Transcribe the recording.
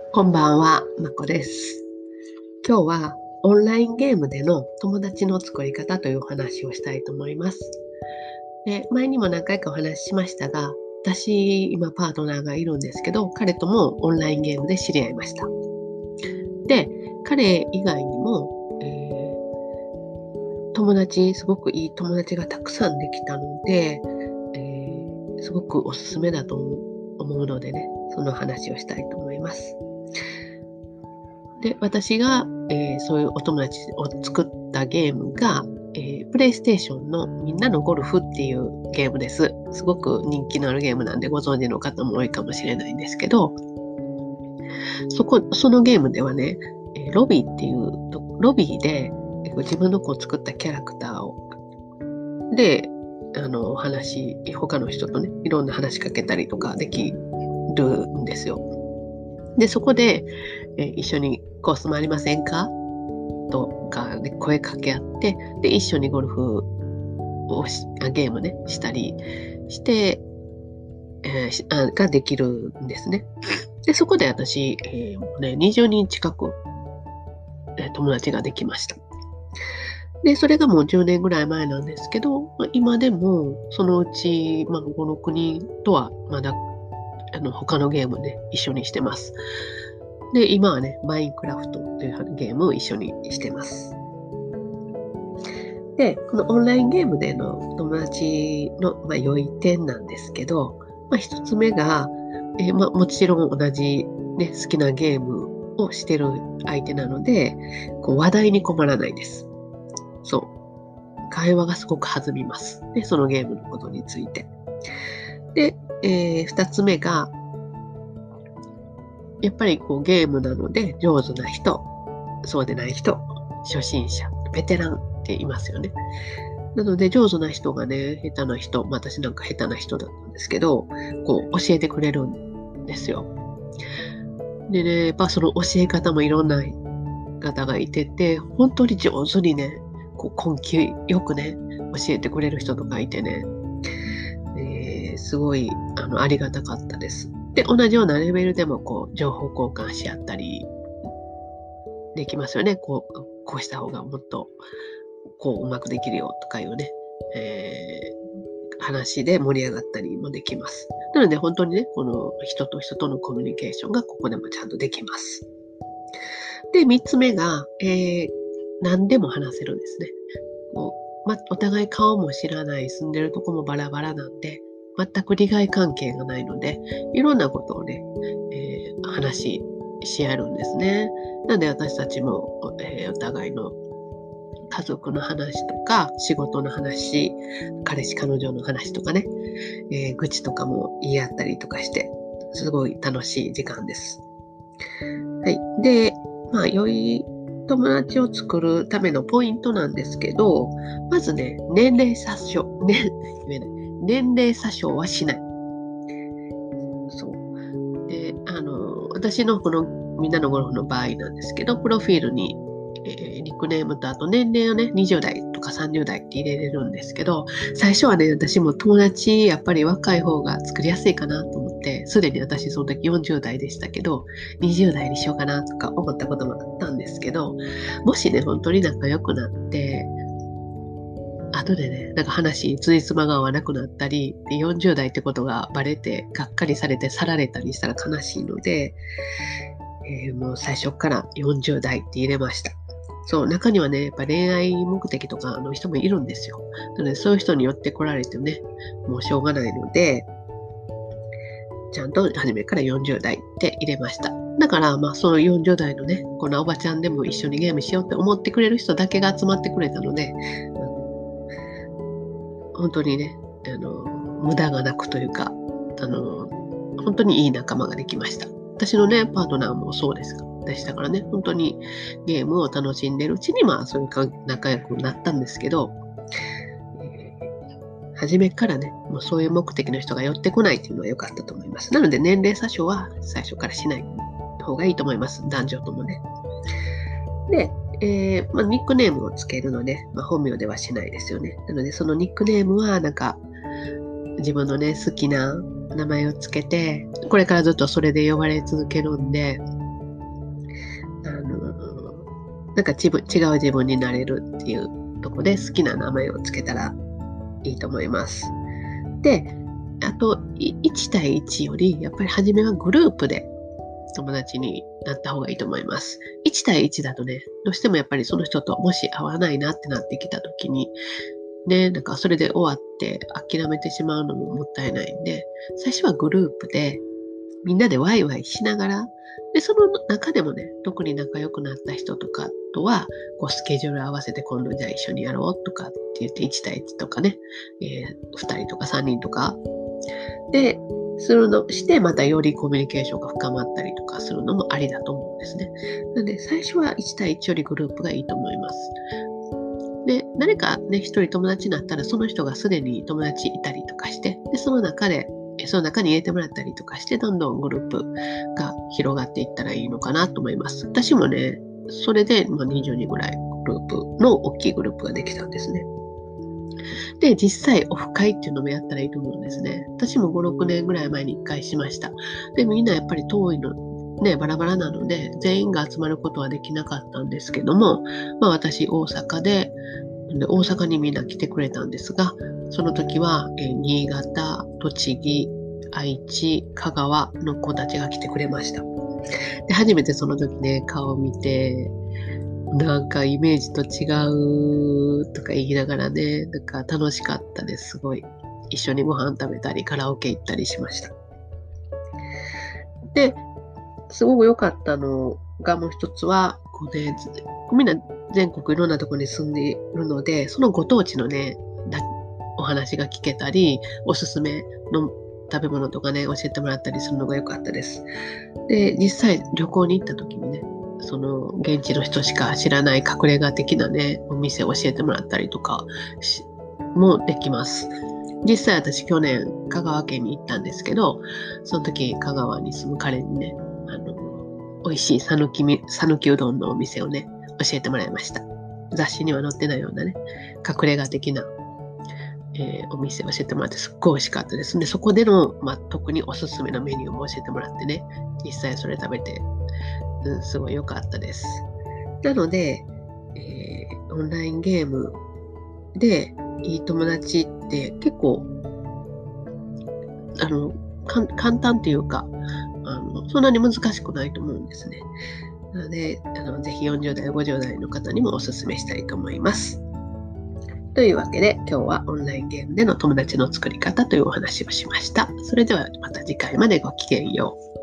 こんばんは、まこです。今日はオンラインゲームでの友達の作り方というお話をしたいと思います。で、前にも何回かお話ししましたが、私、今パートナーがいるんですけど、彼ともオンラインゲームで知り合いました。で、彼以外にも、すごくいい友達がたくさんできたので、すごくおすすめだと思うのでね、その話をしたいと思います。で、私が、そういうお友達を作ったゲームが、プレイステーションのみんなのゴルフっていうゲームです。すごく人気のあるゲームなんでご存知の方も多いかもしれないんですけど、そのゲームではね、ロビーで自分の作ったキャラクターで、他の人とね、いろんな話しかけたりとかできるんですよ。で、そこで、一緒にコース回りませんかとかで声かけ合って、で、一緒にゴルフゲームね、したりして、ができるんですね。で、そこで私、もうね、20人近く、友達ができました。で、それがもう10年ぐらい前なんですけど、今でもそのうち、5、6人とはまだ他のゲームね、一緒にしてます。で、今はね、マインクラフトというゲームを一緒にしてます。で、このオンラインゲームでの友達の、良い点なんですけど、一つ目が、もちろん同じ、ね、好きなゲームをしてる相手なので、話題に困らないです。そう。会話がすごく弾みます。で、そのゲームのことについて。で、二つ目が、やっぱりゲームなので上手な人、そうでない人、初心者、ベテランっていますよね。なので上手な人がね、下手な人、私なんか下手な人だったんですけど、教えてくれるんですよ。でね、やっぱその教え方もいろんな方がいてて、本当に上手にね、根気よくね、教えてくれる人とかいてね、すごいありがたかったです。で、同じようなレベルでも情報交換し合ったりできますよね。こうした方がもっとうまくできるよとかいうね、話で盛り上がったりもできます。なので本当にね、この人と人とのコミュニケーションがここでもちゃんとできます。で、3つ目が、何でも話せるんですね。お互い顔も知らない、住んでるとこもバラバラなんで、全く利害関係がないので、いろんなことをね、話し合えるんですね。なので私たちも、お互いの家族の話とか、仕事の話、彼氏彼女の話とかね、愚痴とかも言い合ったりとかして、すごい楽しい時間です。はい。で、良い友達を作るためのポイントなんですけど、まずね、年齢詐称、言えない。年齢詐称はしない。そう。で、私のこのみんなのゴルフの場合なんですけど、プロフィールに、ニックネームとあと年齢をね、20代とか30代って入れれるんですけど、最初はね、私も友達、やっぱり若い方が作りやすいかなと思って、すでに私その時40代でしたけど、20代にしようかなとか思ったこともあったんですけど、もしね、本当に仲良くなって、後でね、なんか話につじつまが合わなくなったり、で40代ってことがバレて、がっかりされて去られたりしたら悲しいので、もう最初から40代って入れました。そう、中にはね、やっぱ恋愛目的とかの人もいるんですよ。なので、そういう人に寄ってこられてね、もうしょうがないので、ちゃんと初めから40代って入れました。だから、その40代のね、このおばちゃんでも一緒にゲームしようって思ってくれる人だけが集まってくれたので、本当にね、無駄がなくというか、本当にいい仲間ができました。私のね、パートナーもそうでしたからね、本当にゲームを楽しんでるうちに、そういう仲良くなったんですけど、初めからね、もうそういう目的の人が寄ってこないっていうのは良かったと思います。なので、年齢詐称は最初からしない方がいいと思います。男女ともね。で、ニックネームをつけるので、本名ではしないですよね。なので、そのニックネームは、なんか、自分のね、好きな名前をつけて、これからずっとそれで呼ばれ続けるんで、 なんか違う自分になれるっていうところで好きな名前をつけたらいいと思います。で、あと1対1よりやっぱり初めはグループで友達になった方がいいと思います。1対1だとね、どうしてもやっぱりその人ともし会わないなってなってきた時にね、なんかそれで終わって諦めてしまうのももったいないんで、最初はグループでみんなでワイワイしながら、で、その中でもね、特に仲良くなった人とかとは、スケジュール合わせて今度じゃあ一緒にやろうとかって言って1対1とかね、2人とか3人とかで、してまたよりコミュニケーションが深まったりとかするのもありだと思うんですね。なので最初は1対1よりグループがいいと思います。で、誰かね、一人友達になったら、その人がすでに友達いたりとかして、で、その中に入れてもらったりとかして、どんどんグループが広がっていったらいいのかなと思います。私もね、それで、20人ぐらいグループの大きいグループができたんですね。で、実際オフ会っていうのもやったらいいと思うんですね。私も5、6年ぐらい前に1回しました。で、みんなやっぱり遠いの、ね、バラバラなので、全員が集まることはできなかったんですけども、私、大阪で、大阪にみんな来てくれたんですが、その時は、新潟、栃木、愛知、香川の子たちが来てくれました。で、初めてその時ね、顔を見て、なんかイメージと違うとか言いながらね、なんか楽しかったです。すごい。一緒にご飯食べたり、カラオケ行ったりしました。で、すごく良かったのがもう一つは、みんな全国いろんなところに住んでいるので、そのご当地のね、お話が聞けたり、おすすめの食べ物とかね、教えてもらったりするのが良かったです。で、実際旅行に行った時にね、その現地の人しか知らない隠れ家的なね、お店を教えてもらったりとかもできます。実際私去年香川県に行ったんですけど、その時香川に住む彼にね、美味しい讃岐うどんのお店をね、教えてもらいました。雑誌には載ってないようなね、隠れ家的な、お店を教えてもらってすっごい美味しかったです。で、そこでの、特におすすめのメニューも教えてもらってね、実際それ食べて、すごい良かったです。なので、オンラインゲームでいい友達って結構、簡単というか、そんなに難しくないと思うんですね。なので、ぜひ40代、50代の方にもお勧めしたいと思います。というわけで、今日はオンラインゲームでの友達の作り方というお話をしました。それではまた次回までごきげんよう。